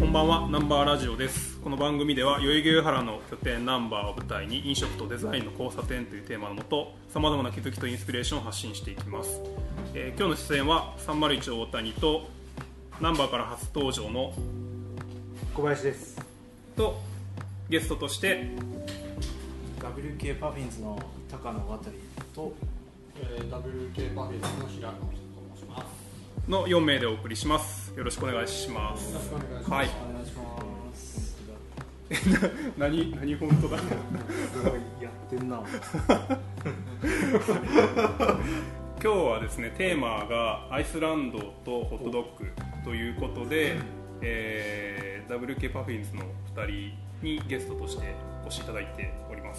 んばんは。ナンバーラジオです。この番組では代々木上原の拠点ナンバーを舞台に飲食とデザインの交差点というテーマのもと、さまざまな気づきとインスピレーションを発信していきます。今日の出演は301大谷とナンバーから初登場の小林ですと、ゲストとして WK パフィンズの高野渡と、 WK パフィンズの平野と申しますの4名でお送りします。よろしくお願いします。 よろしくお願いします。 はい。 お願いします。 何本当だ。 すごいやってんな。 今日はですね、テーマがアイスランドとホットドッグということで、WK パフィンズの2人にゲストとしてお越しいただいております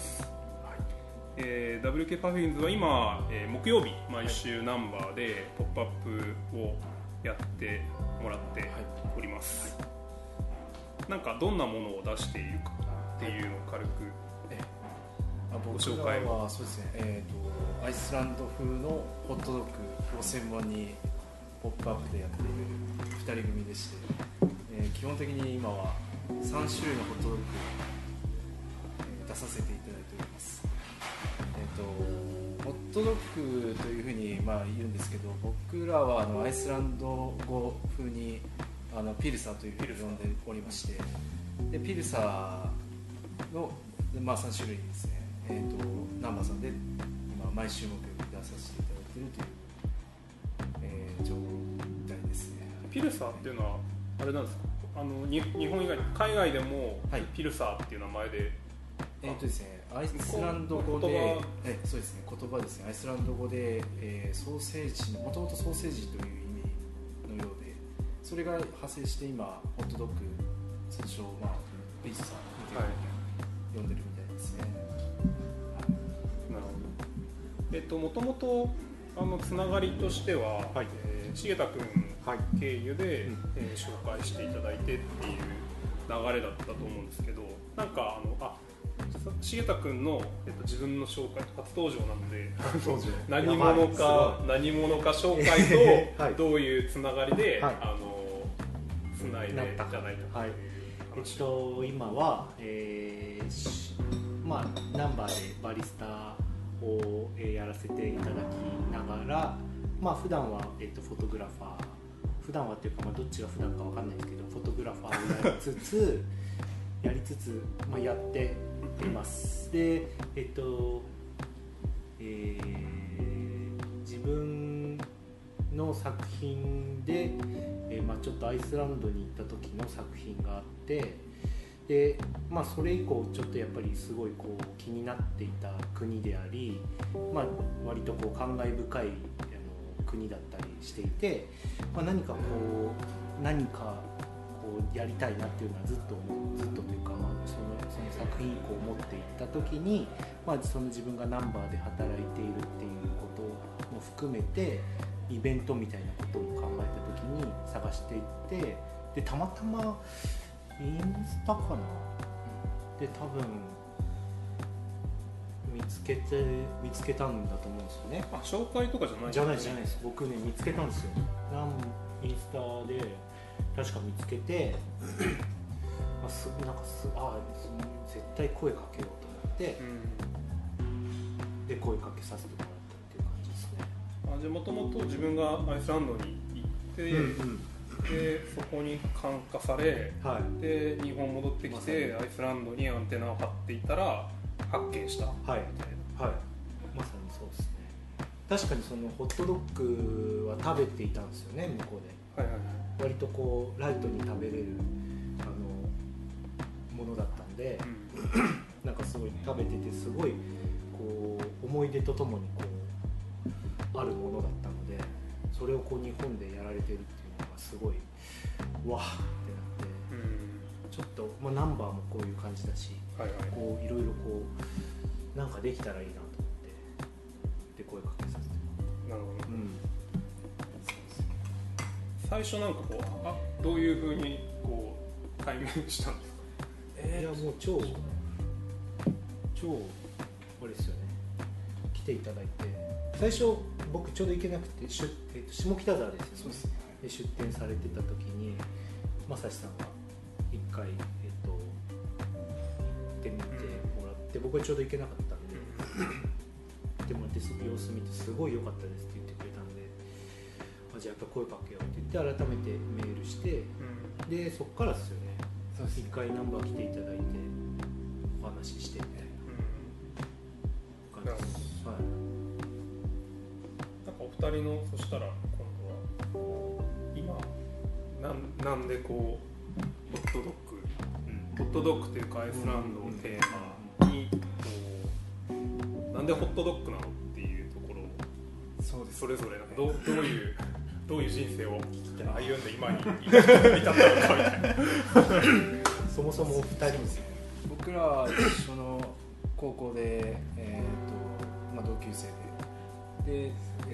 。WK パフィンズは今、木曜日毎週ナンバーでポップアップをやってもらっております。なんかどんなものを出しているかっていうのを軽くご紹介はそうですね、アイスランド風のホットドッグを専門にポップアップでやっている2人組でして、基本的に今は3種類のホットドッグを出させていただいております。ホットドッグというふうに言うんですけど、僕らはアイスランド語風にピルサーというふうに呼んでおりまして、でピルサーの、3種類ですね、ナンバーさんで今毎週木曜日出させていただいているという、状態ですね。 ピルサーっていうのはあれなんですか、日本以外に海外でもピルサーっていう名前で、 ですね、アイスランド語でそうですね、言葉ですね。アイスランド語で、ソーセージのもともとソーセージという意味のようで、それが派生して今ホットドッグ通称ピッツァみたいな呼んでるみたいですね。 なるほど。もともとつながりとしては、重田君経由で、紹介していただいてっていう流れだったと思うんですけど、なんか重田君の、自分の紹介初登場なので何者か紹介とどういうつながりで、つないでじゃないかという話。 今は、ナンバーでバリスタを、やらせていただきながら、普段は、フォトグラファー、普段はっていうか、どっちが普段かわかんないですけど、フォトグラファーをやりつつやっています。で、自分の作品で、ちょっとアイスランドに行った時の作品があって、で、それ以降ちょっとやっぱりすごい気になっていた国であり、割と感慨深い国だったりしていて、何かやりたいなっていうのはずっとというか、その作品以降持っていった時に、その自分がナンバーで働いているっていうことも含めてイベントみたいなことを考えた時に探していって、でたまたまインスタかなで多分見つけたんだと思うんですよね。 紹介とかじゃないです。僕ね見つけたんですよ。インスタで確か見つけて絶対声かけようと思って、で声かけさせてもらったっていう感じですね。 じゃあもともと自分がアイスランドに行って、でそこに感化され、で日本戻ってきて、アイスランドにアンテナを張っていたら発見したみたいな。 まさにそうですね。確かにそのホットドッグは食べていたんですよね、向こうで。割とライトに食べれるものだったんで、なんかすごい食べててすごい思い出とともにあるものだったので、それを日本でやられてるっていうのがすごいわーってなって、ちょっと、ナンバーもこういう感じだし、いろいろなんかできたらいいなと思ってで声かけさせてもらって。なるほど。 最初なんかどういう風に対面したんですか？ いやもう超あれですよね。来ていただいて、最初僕ちょうど行けなくて下北沢ですよね。で出店されてた時に正志さんが回、行ってみてもらって、僕はちょうど行けなかったんで、行ってもらって様子見てすごい良かったですって言ってくれたんで、じゃあやっぱ声かけようって言って改めてメールして、でそっからですよね。一回ナンバー来ていただいてお話ししてみたいな感じです。はい。 なんかお二人のそしたら今度は今なんでこうホットドッグっていうかアイスランドをテーマにこうなんでホットドッグなのっていうところをそれぞれなんかどういう人生を歩んで今に至ったのかみたいなそもそもお二人ですね。 僕らは一緒の高校で、まあ、同級生で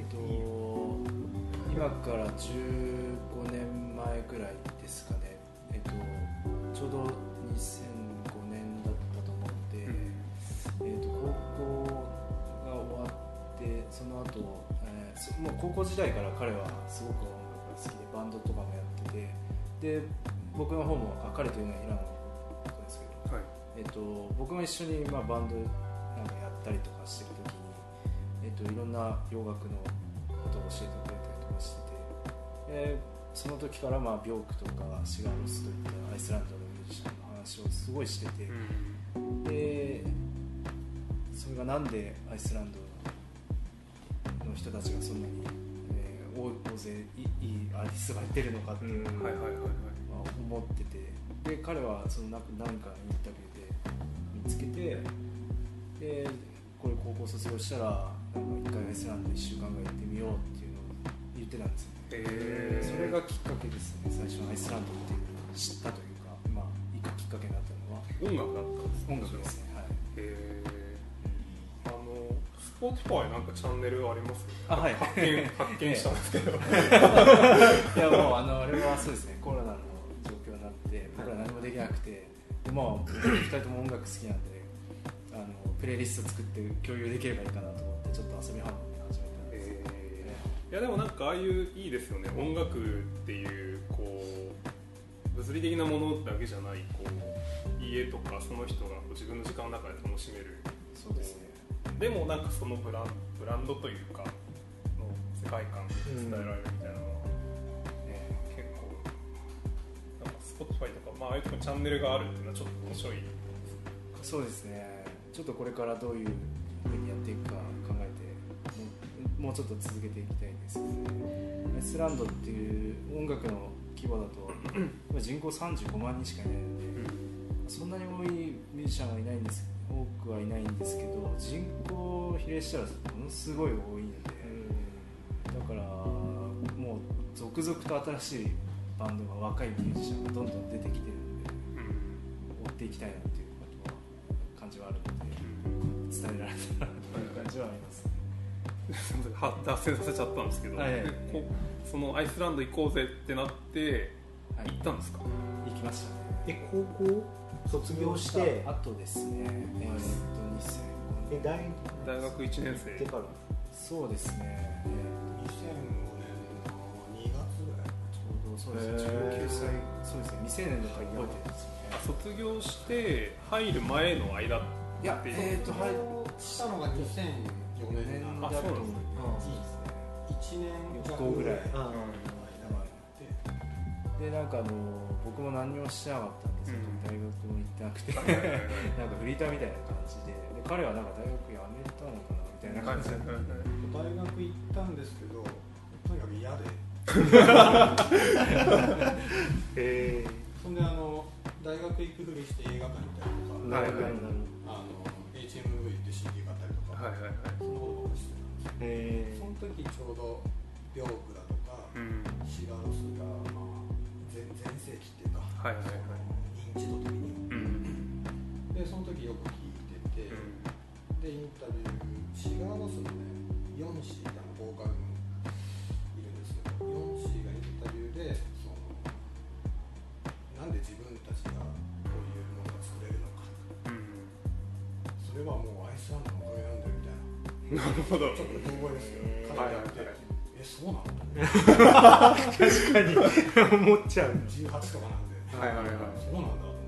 今から15年前くらいですかね、ちょうど2005年だったと思うので、高校が終わってその後、もう高校時代から彼はすごく音楽が好きでバンドとかもやってて、で僕の方も彼というのは平野のことですけど、はい、僕も一緒に、まあ、バンドなんかやったりとかしてる時に、いろんな洋楽のことを教えてくれたりとかしてて、その時から、まあ、ビョークとかシガロスといったアイスランドのミュージシャンの話をすごいしてて、でそれがなんでアイスランドの人たちがそんなに、大勢いいアーティストが出るのかっていうのを思ってて、で彼はその何かのインタビューで見つけて、でこれ高校卒業したら一回アイスランド1週間ぐらい行ってみようっていうのを言ってたんですよね。それがきっかけですね。最初のアイスランドっていうのを知ったというか、まあ、行くきっかけになったのは音楽だったんですか。 音楽ですね。はい。 Spotify なんかチャンネルあります？ はい、 発見したんですけどいやもうあれはそうですね、コロナの状況になって僕ら何もできなくて、でも2人とも音楽好きなんでプレイリスト作って共有できればいいかなと思ってちょっと遊び半分で始めたんですけど、 いやでもなんかああいういいですよね。音楽っていうこう物理的なものだけじゃないこう家とかその人が自分の時間の中で楽しめる。 そうですね。 でもなんかそのブランドというかの世界観で伝えられるみたいなのは、結構なんか Spotify とか、まあああいうところにチャンネルがあるっていうのはちょっと面白い。 そうですね。ちょっとこれからどういうふうにやっていくか考えてもうちょっと続けていきたいんですけどね。アイスランドっていう音楽の規模だと人口35万人しかいないので、そんなに多いミュージシャンはいないんですけど、多くはいないんですけど人口を比例したらものすごい多いので、だからもう続々と新しいバンドが若いミュージシャンがどんどん出てきてるので、追っていきたいなっていうことは感じはあるので、伝えられたらという感じはあります。 脱線させちゃったんですけど、そのアイスランド行こうぜってなって行ったんですか？ 行きましたね。 高校卒業してあとですね、 大学1年生からそうですね、 2005年の2月ぐらいちょうどそうですね、19歳そうですね、未成年だったら覚えてるんですよね。 卒業して入る前の間いや、 入したのが2004年だと思う。 1年弱ぐらいで、なんか僕も何もしてなかったんですけど、大学も行ってなくてなんかフリーターみたいな感じで、彼はなんか大学辞めたのかなみたいな感じで大学行ったんですけど、とにかく嫌でそんで大学行くふりして映画館行ったりとか、HMV 行って CD 買ったりとか、そんなことばっかりしてたんですよ。その時ちょうどビョークだとか、シガロスが、全盛期っていうか、認知度的に、でその時よく聞いてて、でインタビューシガロスのねヨンシーボーカルのいるんですけど、ヨンシーがインタビューでなんで自分たちがこういうのが作れるのか、それはもうアイスランドのおかげなんだよみたいな。なるほど。ちょっと大声ですけど、彼が言って、そうなの？確かに思っちゃう。 18とかなんで、そうなんだと思っ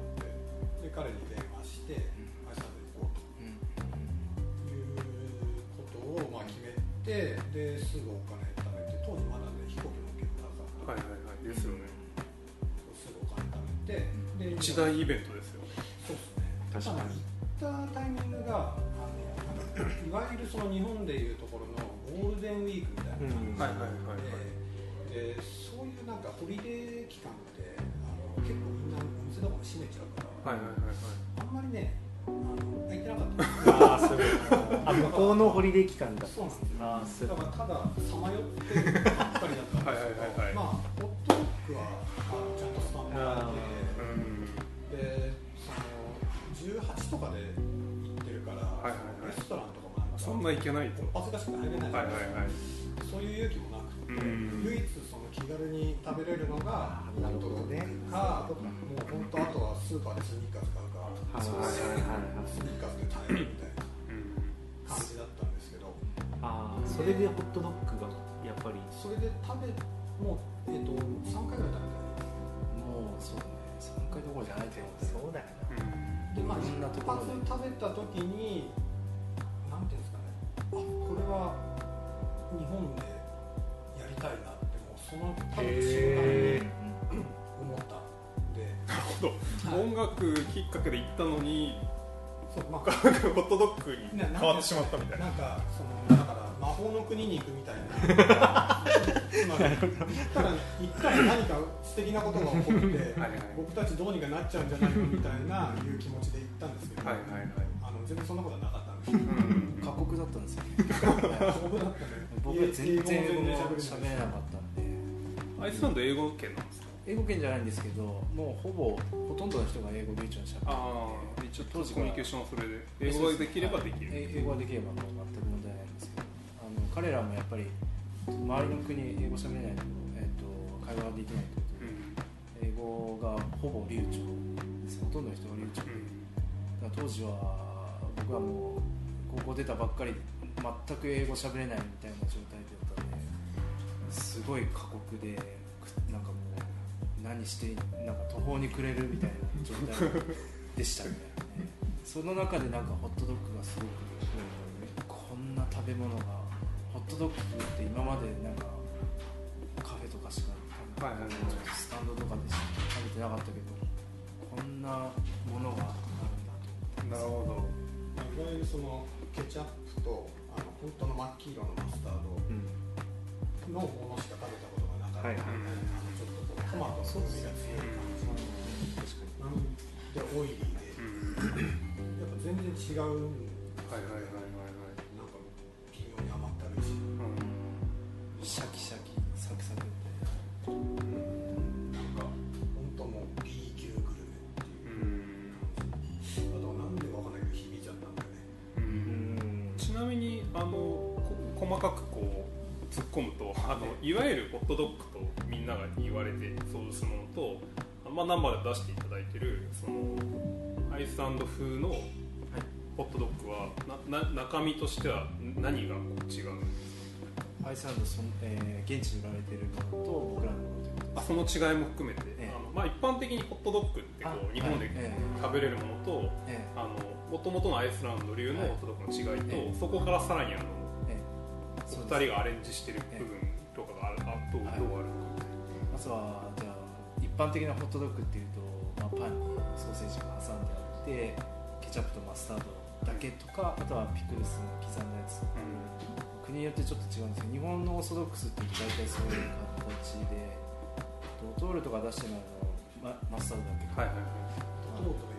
で彼に電話して、アイスランド行こうということをまあ決めて、ですぐお金貯めて、当時まだね飛行機の券がなかった。 ですよね。 すぐお金貯めて、 一大イベントですよね。 そうですね。確かに行ったタイミングがいわゆるその日本でいうところのゴールデンウィークみたいな感じで、そういうなんかホリデー期間って結構みんなお店とかも閉めちゃうから、あんまりね空いてなかった。 向こうのホリデー期間だ。 そうなんですよ。だからたださまよってるばっかりだったんですけど、まあホットドッグはちゃんとスタンバイで、その18とかで行ってるから、レストランとかもなんかそんな行けないと恥ずかしくて入れないじゃないですか。そういう勇気もなくて、唯一その気軽に食べれるのがホットドッグか、もう本当あとはスーパーでスニーカーズ買うか、スニーカーズで耐えるみたいな感じだったんですけど、 それでホットドッグがやっぱりそれでもう3回ぐらい食べたね。 もうそうね、3回どころじゃないと思う。 そうだよな。 でまあ一発食べた時になんていうんですかね、これは日本でやりたいなってもうその食べた瞬間に思ったんで。 なるほど。音楽きっかけで行ったのに、 そうまあホットドッグに変わってしまったみたいな。 なんかだから魔法の国に行くみたいな。つまり行ったら何か素敵なことが起こって僕たちどうにかなっちゃうんじゃないかみたいないう気持ちで行ったんですけど、全然そんなことはなかったんですけど、 過酷だったんですよ。 過酷だったね。 僕は全然英語も喋れなかったんで。 アイスランド英語圏なんですか？ 英語圏じゃないんですけど、もうほとんどの人が英語流暢にしゃべって、 一応当時コミュニケーションはそれで英語ができればできる。 英語ができればもう全く問題ないんですけど、彼らもやっぱり周りの国英語しゃべれないと、会話ができないということで、英語がほぼ流暢です。ほとんどの人が流暢で、だから当時は僕はもう高校出たばっかりで全く英語しゃべれないみたいな状態だったので、すごい過酷で、なんかもう何してなんか途方に暮れるみたいな状態でしたね。その中でなんかホットドッグがすごく、こんな食べ物が、ホットドッグって今までなんかカフェとかしかスタンドとかでしか食べてなかったけど、こんなものがあるんだと思って。 なるほど。いわゆるそのケチャップと本当の真っ黄色のマスタードのものしか食べたことがなかった。ちょっとトマトの風味が強い感じでオイリーで、やっぱ全然違う。なんか微妙に甘ったるいし、 シャキシャキサクサクみたいな。なんか本当もう B 級グルメっていう感じ。あとはなんでかわかんないけど響いちゃったんだよね。 ちなみに細かくこう突っ込むと、いわゆるホットドッグとみんなが言われて想像するものと、ナンバーで出していただいているそのアイスランド風のホットドッグは中身としては何が違うんですか？ アイスランド現地に売られているものと僕らのものということです。その違いも含めて、一般的にホットドッグってこう日本で食べれるものと、もともとのアイスランド流のホットドッグの違いと、そこからさらにお二人がアレンジしている部分とかがどうあるのか。 まずはじゃあ一般的なホットドッグっていうと、パンにソーセージが挟んであって、ケチャップとマスタードだけとか、あとはピクルスの刻んだやつ、国によってちょっと違うんですけど、日本のオーソドックスって大体そういう形で、ドトールとか出してるのはマスタードだけ。 ドトールとか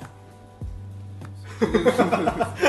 言っていいじゃ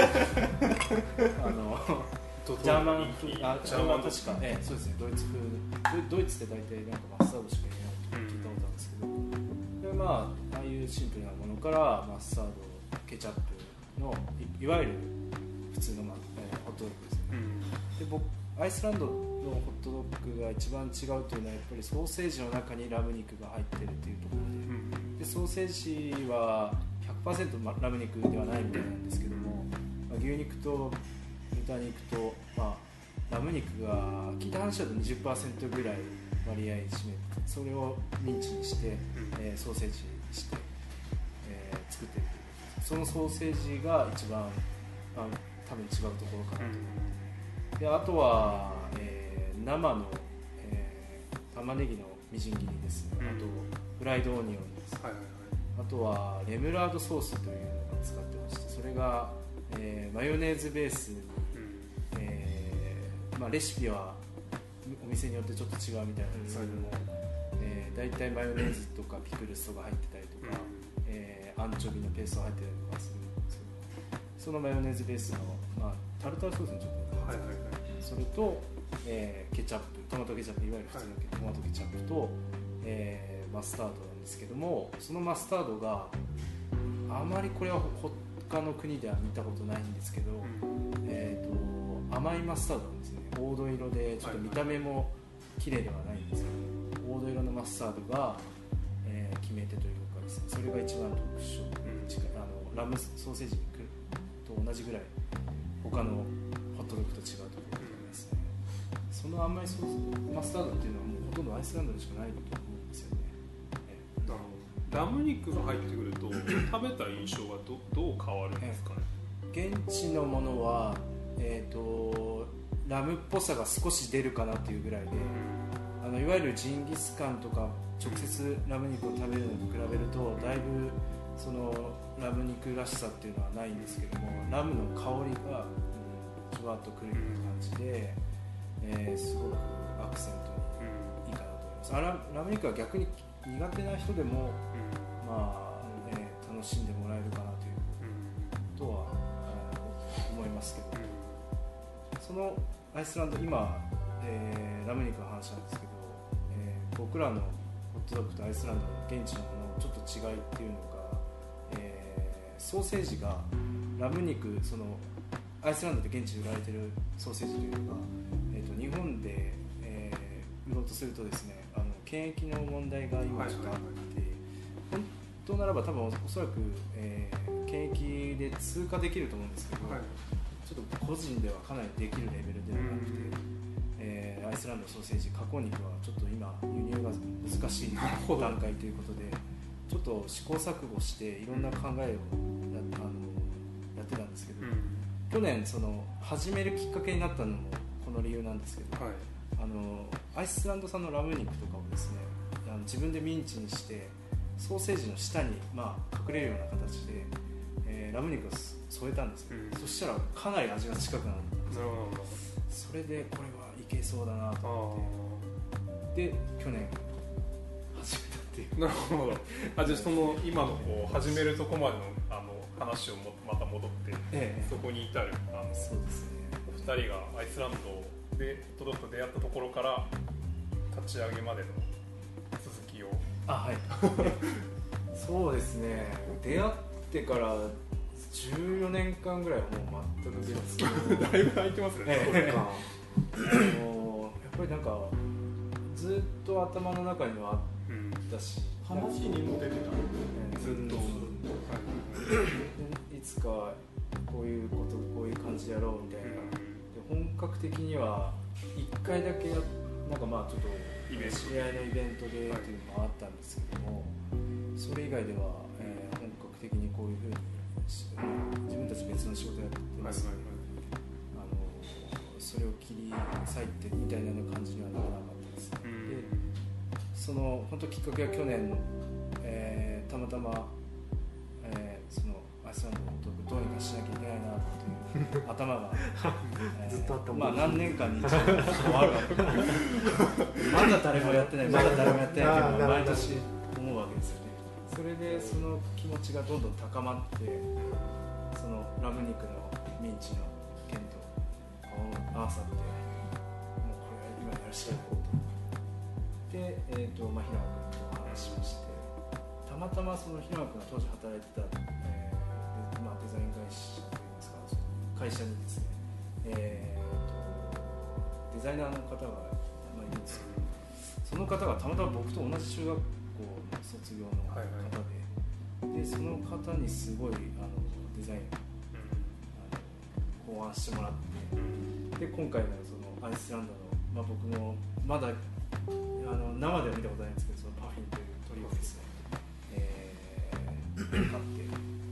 ん。 ジャーマン風、確か、そうですね、ドイツ風、ドイツって大体なんかマスタードしか入れないって聞いたことあるんですけど、でああいうシンプルなものからマスタード、ケチャップのいわゆる普通の、ホットドッグですね。で僕アイスランドのホットドッグが一番違うというのはやっぱりソーセージの中にラム肉が入ってるというところで、ソーセージは 100% ラム肉ではないみたいなんですけども、牛肉と豚肉と、ラム肉が聞いた話だと 20% ぐらい割合占めて、それをミンチにして、ソーセージにして、作作ってる、そのソーセージが一番多分違うところかなと思う。であとは、生の、玉ねぎのみじん切りですね、あとフライドオニオンです、はいはいはい、あとはレムラードソースというのを使ってまして、それが、マヨネーズベースに、レシピはお店によってちょっと違うみたいなんですけども、だいたいマヨネーズとかピクルスとか入ってたりとか、アンチョビのペーストが入ってたりとかするんですけど、そのマヨネーズベースの、タルタルソースにちょっと、はいはいはい、それと、ケチャップ、トマトケチャップ、いわゆる普通のトマトケチャップと、マスタードなんですけども、そのマスタードがあまりこれは他の国では見たことないんですけど、甘いマスタードなんですね。黄土色でちょっと見た目も綺麗ではないんですけど、黄土色のマスタードが、決め手というかですね、それが一番特徴、ラムソーセージと同じぐらい他のホットドッグと違うところですね。その甘いソースマスタードっていうのはもうほとんどアイスランドにしかないと思うんですよね。 ラム肉が入ってくると食べた印象はどう変わるんですかね。 現地のものは、ラムっぽさが少し出るかなっていうぐらいで、いわゆるジンギスカンとか直接ラム肉を食べるのと比べるとだいぶそのラム肉らしさっていうのはないんですけども、ラムの香りがじわっとくるような感じで、すごくアクセントにいいかなと思います。ラム肉は逆に苦手な人でも、楽しんでもらえるかなというとは思いますけど、そのアイスランド今、ラム肉の話なんですけど、僕らのホットドッグとアイスランドの現地のもののちょっと違いっていうのが、ソーセージがラム肉、そのアイスランドで現地で売られているソーセージというのが、日本で、売ろうとするとですね、検疫の問題が今ちょっとあって、本当ならば多分おそらく、検疫で通過できると思うんですけど、ちょっと個人ではかなりできるレベルではなくて、アイスランドソーセージ加工肉はちょっと今輸入が難しい段階ということで、ちょっと試行錯誤していろんな考えをやってたんですけど、去年その始めるきっかけになったのもこの理由なんですけど、アイスランド産のラム肉とかをですね、自分でミンチにしてソーセージの下に、隠れるような形で、ラム肉を添えたんですけど、そしたらかなり味が近くなるんですよ。それでこれはいけそうだなと思って、で去年始めたっていう。 なるほど。じゃあその今のこう始めるとこまでの話をまた戻って、そこに至るそうですね、 お二人がアイスランドでホットドッグと出会ったところから立ち上げまでの続きを。 そうですね、出会ってから14年間ぐらいはもう全く出ますけどだいぶ空いてますね。 やっぱりなんかずっと頭の中にはあったし、 話にも出てたので、ずっといつかこういうことこういう感じでやろうみたいな、で本格的には1回だけなんかちょっと知り合いのイベントでっていうのもあったんですけども、それ以外では、本格的にこういうふうに自分たち別の仕事やってますので、それを切り裂いてみたいな感じにはならなかったですね。でその本当きっかけは去年、たまたま、そのアイスランドをどうにかしなきゃいけないなっていう頭が、 ずっとあったもん、 何年間に一度あるわけでまだ誰もやってないまだ誰もやってないけど毎年思うわけですよね。それでその気持ちがどんどん高まって、そのラム肉のミンチの件と合わさって、もうこれは今やるしかないとで、日野君とお話ししまして、たまたまその日野君が当時働いてた、デザイン会社といいますか、会社にですね、デザイナーの方がいるんですけど、その方がたまたま僕と同じ中学校の卒業の方で、でその方にすごいデザイン考案してもらって、で今回のそのアイスランドの、僕もまだ生では見たことないんですけど、そのパフィンという鳥をですね、買って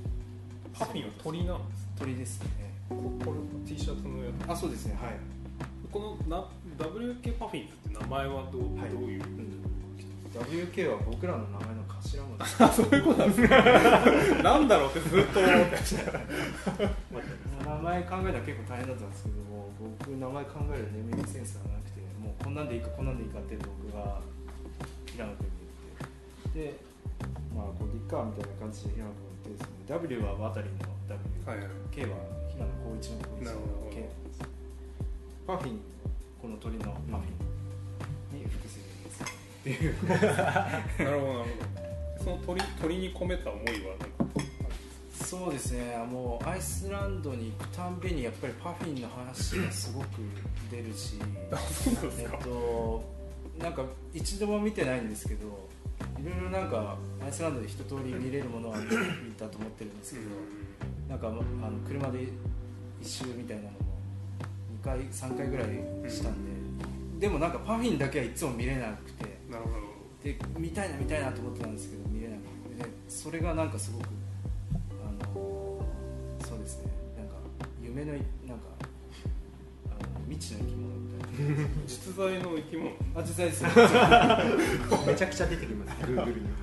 鳥なんです。 鳥ですね。 これ T シャツのやつ。 あ、そうですね。はい。 このWK パフィンズって名前はどういう、 WK は僕らの名前の頭文字。 あ、そういうことなんですか。なんだろうってずっと思ってました。 名前考えたら結構大変だったんですけども、僕名前考えるネーミングセンスがなくて、もうこんなんでいいかこんなんでいいかって僕が平野君に言って、で、まあこうでいっかみたいな感じで平野君言ってですね、W は渡りの W、K は平野光一の光一の K です。パフィン、この鳥のパフィンに複製ですっていう。 なるほどなるほど。その鳥に込めた思いは何か。 そうですね、もうアイスランドに行くたんびにやっぱりパフィンの話がすごく出るしなんか一度も見てないんですけど、いろいろなんかアイスランドで一通り見れるものは見たと思ってるんですけど、なんか車で一周みたいなのも2回3回ぐらいしたんで、でもなんかパフィンだけはいつも見れなくて、 なるほど。 で見たいなと思ってたんですけど見れなくて、でそれがなんかすごくそうですね、なんか夢のなんか未知の生き物みたいな実在の生き物。 あ、実在ですね。 めちゃくちゃ出てきます Google に。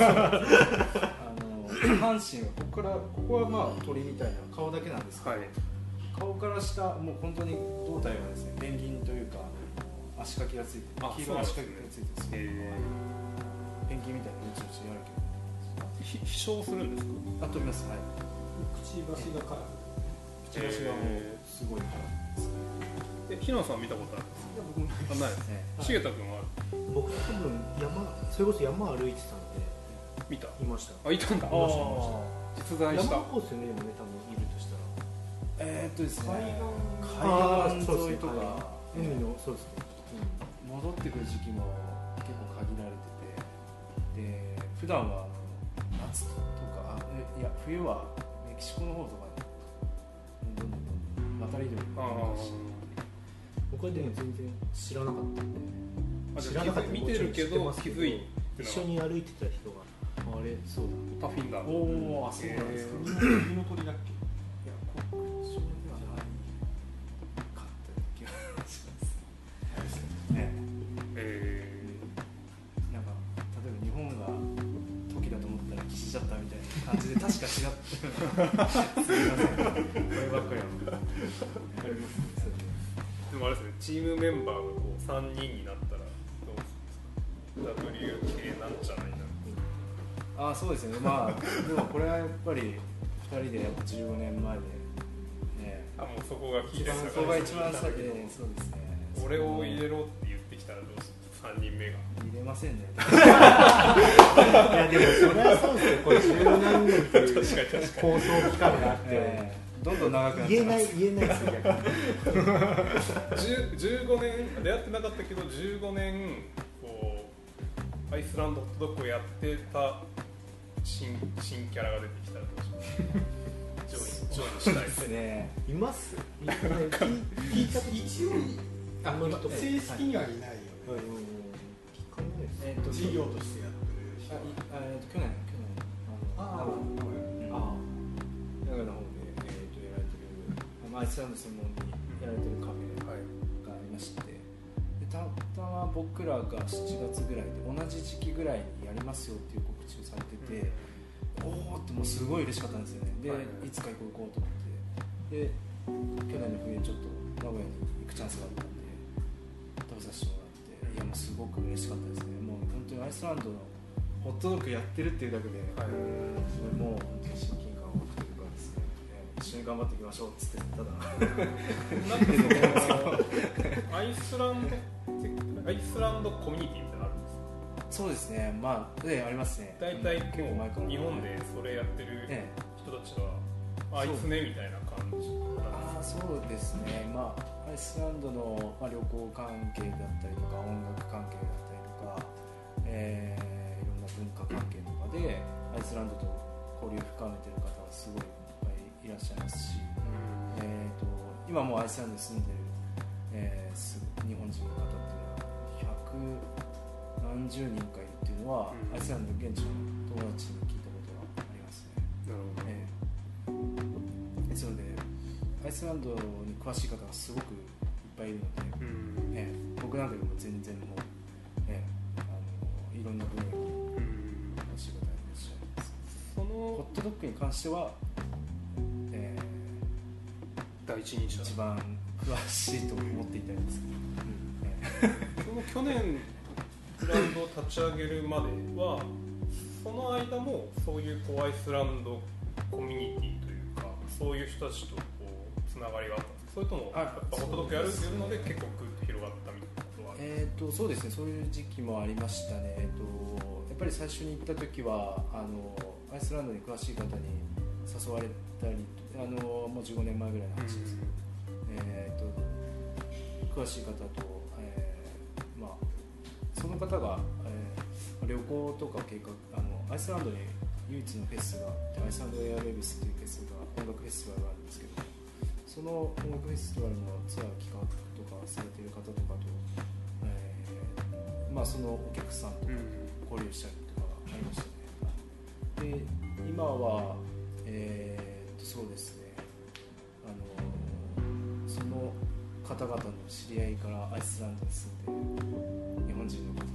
下半身はここはまあ鳥みたいな顔だけなんですけど、はい、顔から下もう本当に胴体はですねペンギンというか足かきがついてて、黄色い足かきがついてて、ペンギンみたいなうちうちやるけど飛翔するんですか。 あ、飛びます。はい。 くちばしがカラフル。 くちばしがもうすごいカラフルです。 ひなさん見たことあるんですか。僕もないですね。しげた君はある。 僕多分それこそ山歩いてたんで見た。 いました。 あ、いたんだ。実在した。 山コースね、でもね、多分いるとしたら。 ですね。 海岸沿いとか海のそうですね。 戻ってくる時期も結構限られてて、で普段は夏とかいや冬はメキシコの方とかにどんどん渡り鳥がいるし、 僕はでも全然知らなかったんで、 知らなかった見てるけど気づいて一緒に歩いてた人があれそうだパフィンだ。 おお、あ、そうなんですか。 海の鳥だっけ。 いや、国鳥ではないかった気がしますね。なんか例えば日本が時だと思ったら岸だったみたいな感じで確か違ったすみません、こればっかりはありますね。 でもあれですね、チームメンバーがこう3人になったらどうするんですか。WK なんじゃないな。 あ、そうですね。まあでもこれはやっぱり2人でやっぱ15年前でね。 あ、もうそこがキーです。 そこが一番先で、そうですね。 俺を入れろって言ってきたらどうする。3人目が入れませんね。 いやでもそれはそうですよ。これ10何年っていう構想期間があって、 どんどん長くなって言えないですよ逆に。15年出会ってなかったけど15年こうアイスランドホットドッグをやってた新キャラが出てきたらどうしますか。ジョインしたいですね。 います。 聞いたこと一応正式にはいないよね。事業としてやってる人。 去年長野の方でやられてるアイスランド専門にやられてるカフェがありまして、でたまたま僕らが7月ぐらいで同じ時期ぐらいにやりますよっていう告知をされてて、おーってもうすごい嬉しかったんですよね。で、いつか行こうと思って、で去年の冬にちょっと名古屋に行くチャンスがあったんで食べさせてもらって、いやもうすごく嬉しかったですね。もう本当にアイスランドのホットドッグやってるっていうだけで、それもう本当に親近感を持ってるからですね。一緒に頑張っていきましょうっつってただなんていうのアイスランドコミュニティみたいなのあるんですか。 そうですね、まあ、ありますね。 大体結構前から日本でそれやってる人たちはアイスねみたいな感じ。 そうですね、まあ、アイスランドの、旅行関係だったりとか音楽関係だったりとか、いろんな文化関係とかでアイスランドと交流を深めてる方はすごいいらっしゃいますし、今もうアイスランドに住んでる、日本人の方っていうのは100何十人かいるっていうのは、アイスランドの現地の友達に聞いたことがありますね。 なるほど。 アイスランドに詳しい方がすごくいっぱいいるので、僕なんかよりも全然もう、いろんな分野に詳しい方がいらっしゃいます。そのホットドッグに関しては、 第一人者一番詳しいと思っていたんですけど、 その去年ブランドを立ち上げるまではその間もそういうアイスランドコミュニティというかそういう人たちとつながりがあったんですか？それともやっぱホットドッグやるので結構グッと広がったみたいなことはある？ そうですね、そういう時期もありましたね。やっぱり最初に行った時はアイスランドに詳しい方に誘われたり、もう15年前ぐらいの話ですけど、詳しい方と、その方が、旅行とか計画アイスランドに唯一のフェスがあって、アイスランドエアウェブスというフェスが音楽フェスティバルがあるんですけど、その音楽フェスティバルのツアー企画とかされている方とかと、そのお客さんとか交流したりとかありましたね。で今は、そうですね、その方々の知り合いからアイスランドに住んで日本人の方とか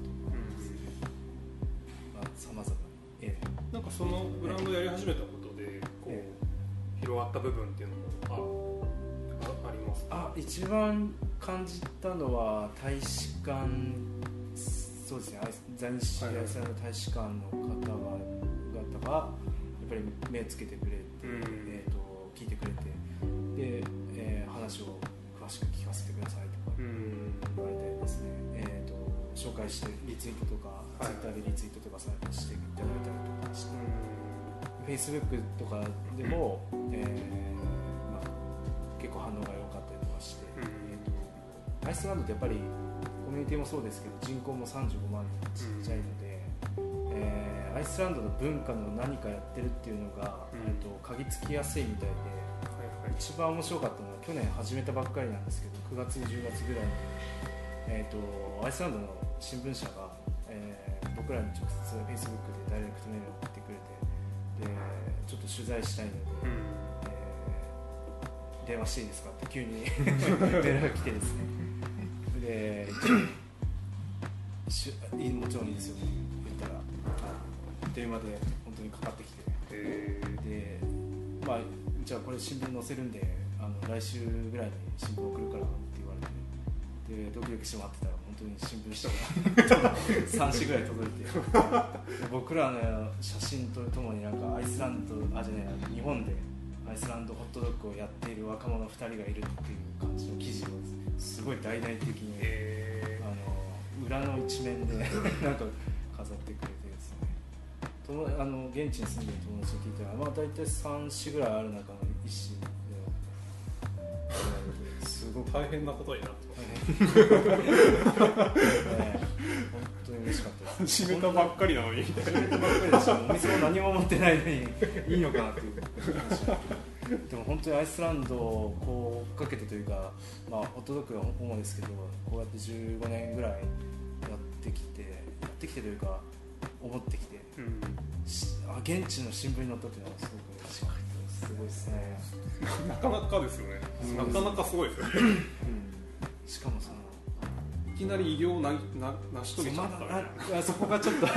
さまざまに、 なんかそのブランドをやり始めたことで広がった部分っていうのもありますか？ 一番感じたのは大使館、そうですね、在日アイスランド大使館の方々がやっぱり目つけてくれて、聞いてくれて、で、話を詳しく聞かせてくださいとか言われたりですね、紹介してリツイートとか、ツイッターでリツイートとかしていただいたりとかして、Facebook とかでも、結構反応が良かったりとかして、アイスランドってやっぱりコミュニティもそうですけど人口も35万人ちっちゃいので、アイスランドの文化の何かやってるっていうのが、嗅ぎつきやすいみたいで、一番面白かったのは去年始めたばっかりなんですけど、9月10月ぐらいに、アイスランドの新聞社が、僕らに直接 Facebook でダイレクトメールを送ってくれて、でちょっと取材したいので、電話していいですかって急にメールが来てですね、でもちろんいいですよって言ったら電話で本当にかかってきて、でじゃあこれ新聞載せるんで来週ぐらいに新聞送るからって言われて、でドキドキして待ってたら本当に新聞が3紙ぐらい届いて僕らの写真とともになんかアイスランド日本でアイスランドホットドッグをやっている若者2人がいるっていう感じの記事をすごい大々的に、裏の一面でなんか飾ってくれてですね、現地に住んでる友達に聞いたら、大体3紙ぐらいある中の1紙ですごく大変なことになってます、本当に嬉しかったです。 始めたばっかりなのに始めたばっかりだし、お店も何も持ってないのにいいのかなっていう話でも本当にアイスランドをこう追っかけてというか、ホットドッグが主ですけど、こうやって15年ぐらいやってきてというか思ってきて、現地の新聞に載ったっていうのはすごく嬉しかったです。すごいですね。 なかなかですよね。なかなかすごいですよね。 しかもいきなり偉業を成し遂げちゃったみたいな。 そこがちょっと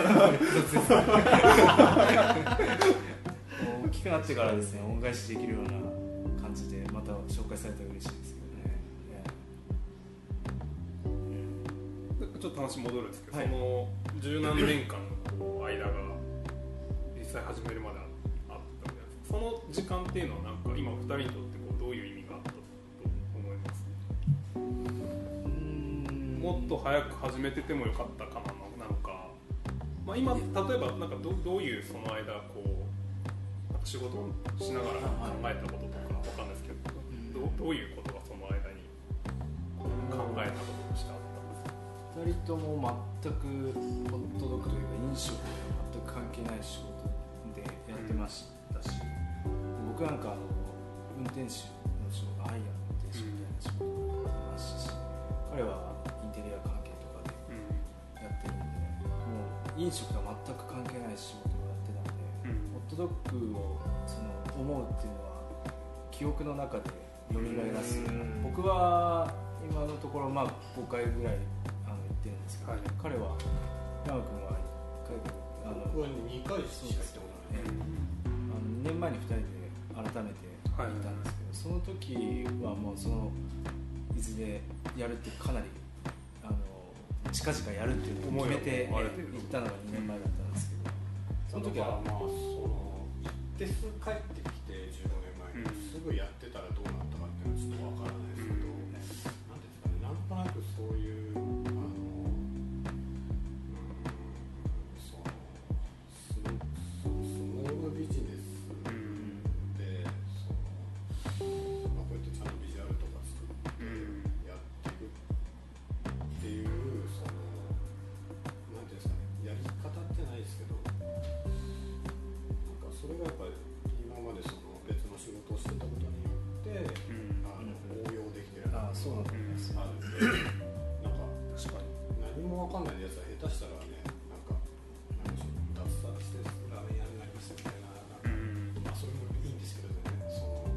大きくなってからですね、恩返しできるような感じでまた紹介されたら嬉しいですけどね。ちょっと話戻るんですけど、その十何年間の間が実際始めるまであったじゃないですか。その時間っていうのはなんか今お二人にとってどういう意味があったと思います？もっと早く始めててもよかったかなのか、今例えばなんかどういうその間仕事をしながら考えたこととかわかんないですけど、どういうことがその間に考えたこととしてあったんですか？ 2人とも全くホットドッグというか飲食と全く関係ない仕事でやってましたし、僕なんか運転手の仕事、ハイヤーの運転手みたいな仕事をやってましたし、彼はインテリア関係とかでやってるんで、もう飲食とは全く関係ない仕事をやってたんで、ホットドッグを思うっていうのは記憶の中で蘇らす。僕は今のところ5回ぐらい行ってるんですけど、はい、彼は山君は1回僕は2回しか行ったことない、 2年前に2人で改めて行ったんですけど、その時はもうその伊豆でやるってかなり近々やるっていうのを決めて行ったのが2年前だったんですけど、 その時はまあ行ってすぐ帰ってきて15年前にすぐやってたらどうなったかっていうのはちょっとわからないですけど、なんていうんですかね、なんとなくそういうスモールビジネスでこうやってちゃんとビジュアルとか作ってやっていくっていうなんていうんですかね、やり方ってないですけど、なんかそれがやっぱり今までその別の仕事をしてたことによって、応用できてるなっていうのがあるんで、なんか確かに何も分かんないやつは下手したらね、なんか脱サラしてラーメン屋になりますみたいな、まあそれもいいんですけどね、その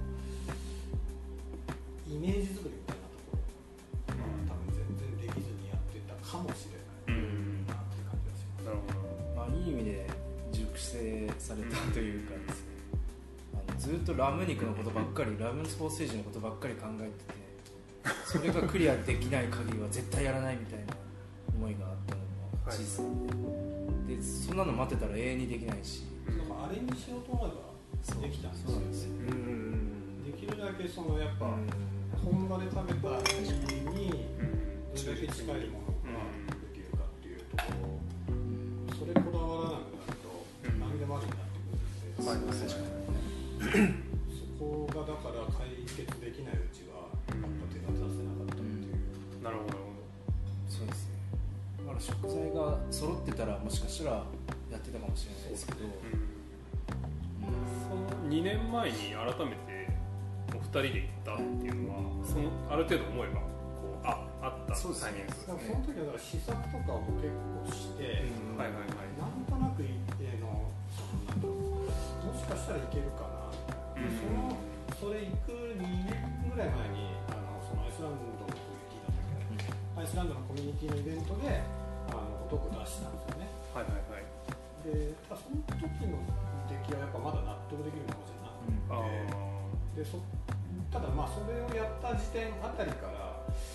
イメージ作りみたいなところ、多分全然できずにやってたかもしれないなっていう感じがします。 なるほど。いい意味で熟成されたというかですね、ずっとラム肉のことばっかり、ラムソーセージのことばっかり考えてて、それがクリアできない限りは絶対やらないみたいな思いがあったのも事実なんで、でそんなの待ってたら永遠にできないし、 あれにしようと思えばできたんですよね。できるだけそのやっぱ本場で食べた味にどれだけ近いものができるかっていうところ、それこだわらなくなると何でもありになってくるんですよ。そこがだから解決できないうちはやっぱ手が出せなかったっていう。 なるほど。 そうですね。だから食材が揃ってたらもしかしたらやってたかもしれないですけど、 その2年前に改めてお二人で行ったっていうのは、そのある程度思えばこうあったタイミングですね。 その時はだから試作とかを結構して、なんとなく一定のもしかしたらいけるかな、それ行く2年ぐらい前にそのアイスランドのコミュニティだったけど、アイスランドのコミュニティのイベントでお得出したんですよね。でただその時の出来はやっぱまだ納得できるものじゃなくて、ただまあそれをやった時点あたりから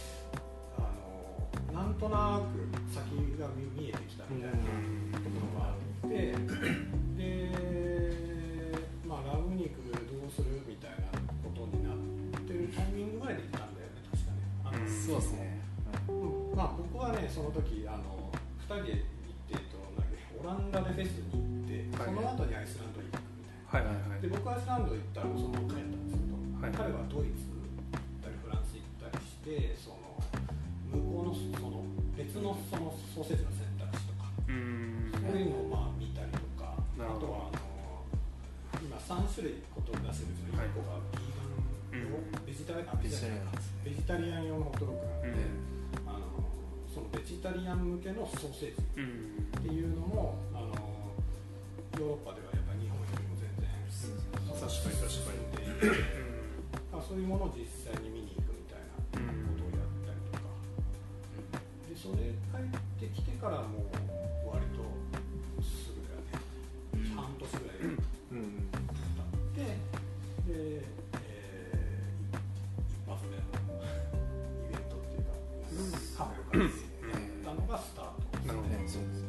なんとなく先が見えてきたみたいなところがあって、で、まあ、ラム肉どうするみたいなことになってるタイミングぐらいで行ったんだよね、確かね。 そうですね。 まあ、僕はね、その時2人で行ってオランダでフェスに行って、その後にアイスランドに行くみたいな。で僕はアイスランド行ったらその帰ったんですけど、彼はドイツ行ったりフランス行ったりして、その向こうのその別のそのソーセージの選択肢とか、そういうのをまあ見たりとか、あとは今3種類こと出してるうちの1個がビーガン用、ベジタリアン用のホットドッグなので、そのベジタリアン向けのソーセージっていうのもヨーロッパではやっぱり日本よりも全然進んでいて、そういうものを実際に見に行くみたいなことをやったりとか、でそれ帰ってきてからもう割とすぐだよね、半年ぐらい経ってで、一発目のイベントっていうかカフェを借りてたのがスタートですね。 なるほど。そうですね。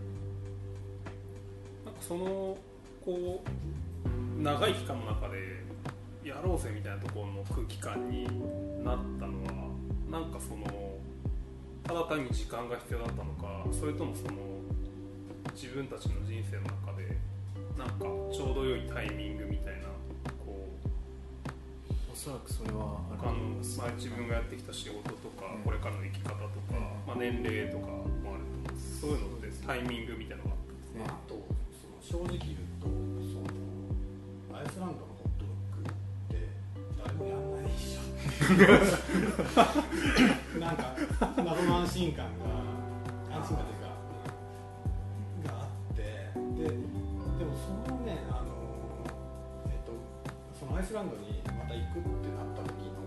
なんかそのこう長い期間の中でやろうぜみたいなところの空気感になったのは、なんかそのただ単に時間が必要だったのか、それともその自分たちの人生の中でなんかちょうど良いタイミングみたいな、こうおそらくそれは自分がやってきた仕事とか、これからの生き方とか、年齢とかもあると思うんです。そういうのってタイミングみたいなのがあったんですね。 あとその正直言うと、そのアイスランドのホットドッグって誰もやんないでしょなんか謎の安心感がというかがあって、でもそのねそのアイスランドにまた行くってなった時の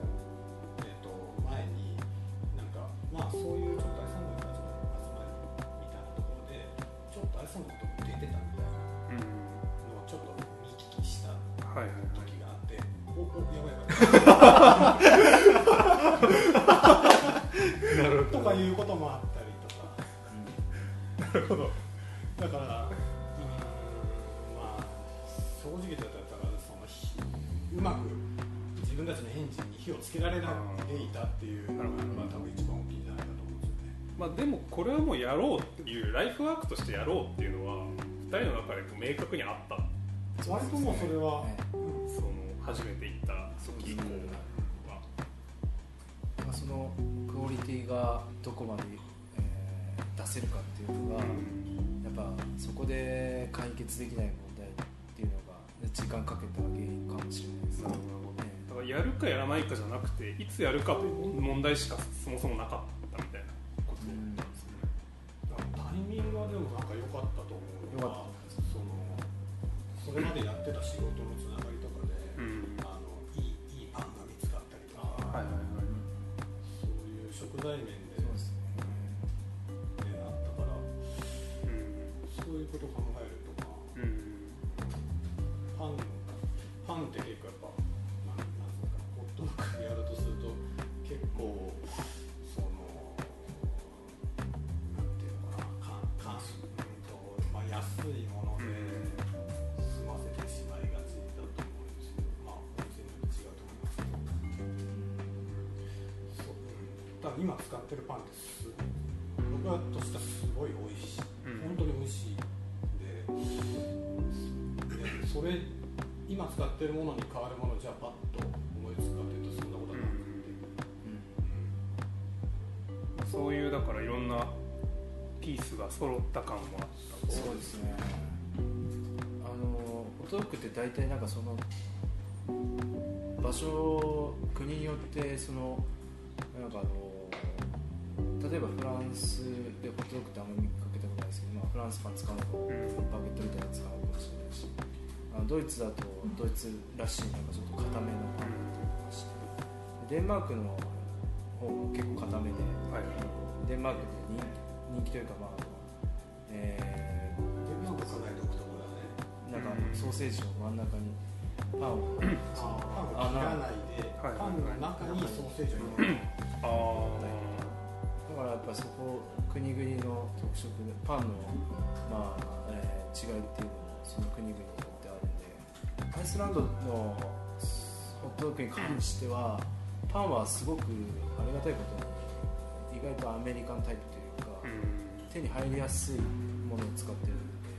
とかいうこともあったりとか、なるほど。だからまあ正直言ったらうまく自分たちのエンジンに火をつけられないでいたっていうのが多分一番大きいんじゃないかと思うんですよね。 まあでもこれはもうやろうっていうライフワークとしてやろうっていうのは2人の中で明確にあった。 割ともうそれは、 その初めて行った時以降は、 そのクオリティがどこまで、出せるかっていうのが、やっぱそこで解決できない問題っていうのが時間かけた原因かもしれないですね。 だからやるかやらないかじゃなくていつやるかという問題しかそもそもなかったみたいなことなんですね。 タイミングはでもなんか良かったと思うのは、それまでやってた仕事のつながりとかで、いいパンが見つかったりとか、そういう食材面であったから、そういうことを考えるとか、パンって結構やっぱホットドッグやるとすると結構そのなんていうのかな、安いもので済ませてしまいがちだと思うんですけど、まあお店によって違うと思いますけど、多分今使ってるパンって僕としてはすごい美味しい、本当に美味しいで、それ今使ってるものに変わるものじゃあパッと思いつくかというとそんなことはなくて、 そういうだからいろんなピースが揃った感もあった。 そうですね。ホットドッグって大体なんかその場所国によってそのなんか例えばフランスでホットドッグってあんまり見かけたことないですけど、フランスパン使うのか、バゲットみたいなの使うのかもしれないし、ドイツだとドイツらしいなんかちょっと固めのパンだったりとかして、デンマークの方も結構固めで、デンマークで人気というかデンマークかなり独特だね。 なんかソーセージを真ん中にパンをパンを切らないで、パンの中にソーセージを入れる。 だからやっぱそこ国々の特色でパンの、違いっていうのもその国々によってあるんで、アイスランドのホットドッグに関してはパンはすごくありがたいことに意外とアメリカンタイプというか、手に入りやすいものを使ってる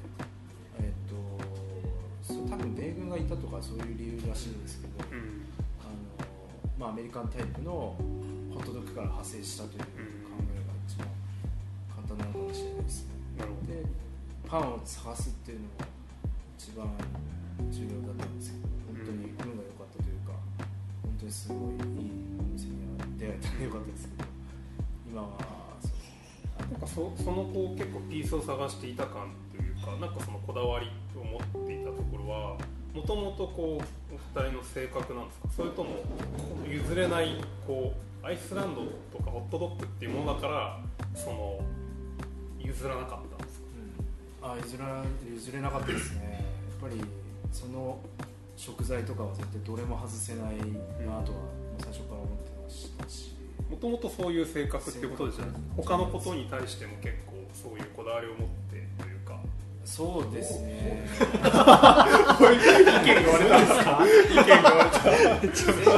ので、多分米軍がいたとかそういう理由らしいんですけど、アメリカンタイプのホットドッグから派生したという考えが一番簡単なのかもしれないですね。でパンを探すっていうのが一番重要だったんですけど、本当に運が良かったというか、本当にすごいいいお店に出会えたら良かったですけど、今はなんかそのこう結構ピースを探していた感というか、なんかそのこだわりを持っていたところはもともとこうお二人の性格なんですか、それとも譲れないこうアイスランドとかホットドッグっていうものだからその譲らなかったんですか？ 譲れなかったですね。やっぱりその食材とかは絶対どれも外せないなとは最初から思ってましたし、 もともとそういう性格っていうことでじゃないですか。他のことに対しても結構そういうこだわりを持ってというか。 そうですね。 こういう意見が言われたんですか？意見が言われた。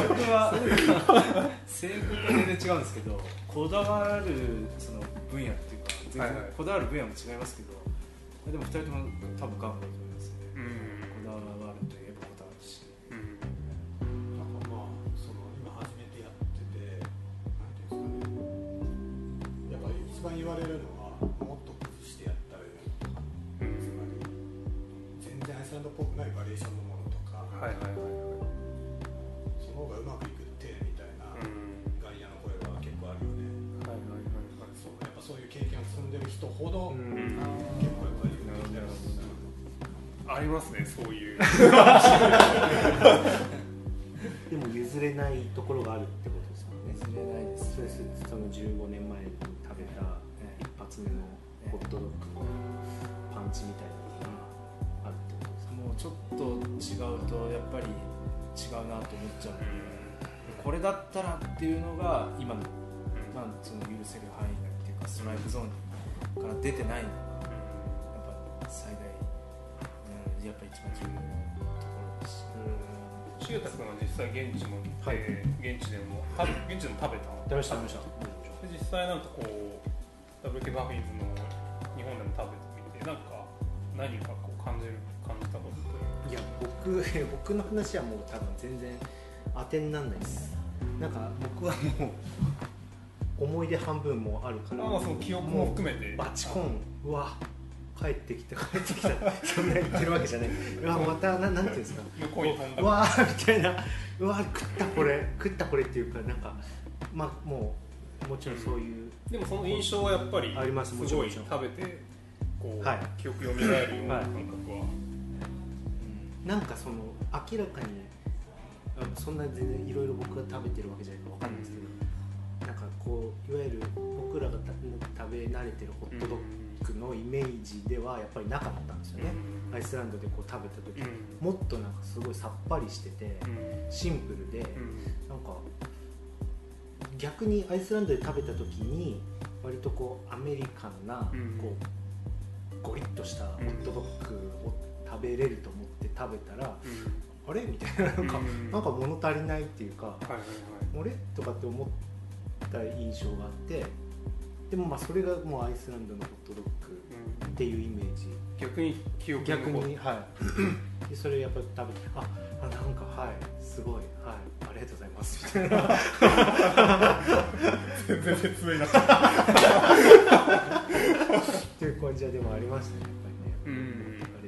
性格は全然違うんですけど、こだわるその分野っていうか、全然こだわる分野も違いますけど、でも2人とも多分頑張ると思いますね。こだわるといえばこだわるし。 なんかその今初めてやってて、なんていうんですかね。やっぱり一番言われるのはもっと崩してやったらいいとか、つまり全然アイスランドっぽくないバリエーションのものとか、その方がうまくいくってみたいな外野の声は結構あるよね。やっぱそういう経験を積んでる人ほど、結構やっぱり言ってきたりありますね、そういう。 でも譲れないところがあるってことですよね。 譲れないです。 そうです。その15年前に食べた一発目のホットドッグのパンチみたいなのがあるってことですか。 もうちょっと違うとやっぱり違うなと思っちゃうので、 これだったらっていうのが今の、まあ、その許せる範囲内っていうかストライクゾーンから出てないのがやっぱ最大、やっぱ一番重要なところですし、 しげた君は実際現地も行って、現地でも食べた食べました実際なんかこうWKパフィンズの日本でも食べてみてなんか何かこう感じたことって。 いや僕の話はもう多分全然当てにならないです。なんか僕はもう思い出半分もあるから、 その記憶も含めてバチコン、うわ帰ってきたそんな言ってるわけじゃない。うわまたなんていうんですか、うわみたいな、うわ食ったこれっていうか、なんかまあもちろんそういう、 でもその印象はやっぱりあります。 すごい食べてこう、記憶蘇るような感覚は、 なんかその明らかにそんな全然いろいろ僕が食べてるわけじゃないかわかんないですけど、なんかこういわゆる僕らが食べ慣れてるホットドッグのイメージではやっぱりなかったんですよね。アイスランドでこう食べた時、もっとなんかすごいさっぱりしてて、シンプルで、なんか逆にアイスランドで食べた時に割とこうアメリカンなこうゴリッとしたホットドッグを食べれると思って食べたら、あれみたいな、なんか物足りないっていうか、あれとかって思った印象があって、でもまあそれがもうアイスランドのホットドッグっていうイメージ、 逆に記憶にでそれやっぱり食べて、なんかすごい、ありがとうございますみたいな全然説明になっちゃったっていう感じはでもありましたね、やっぱりね。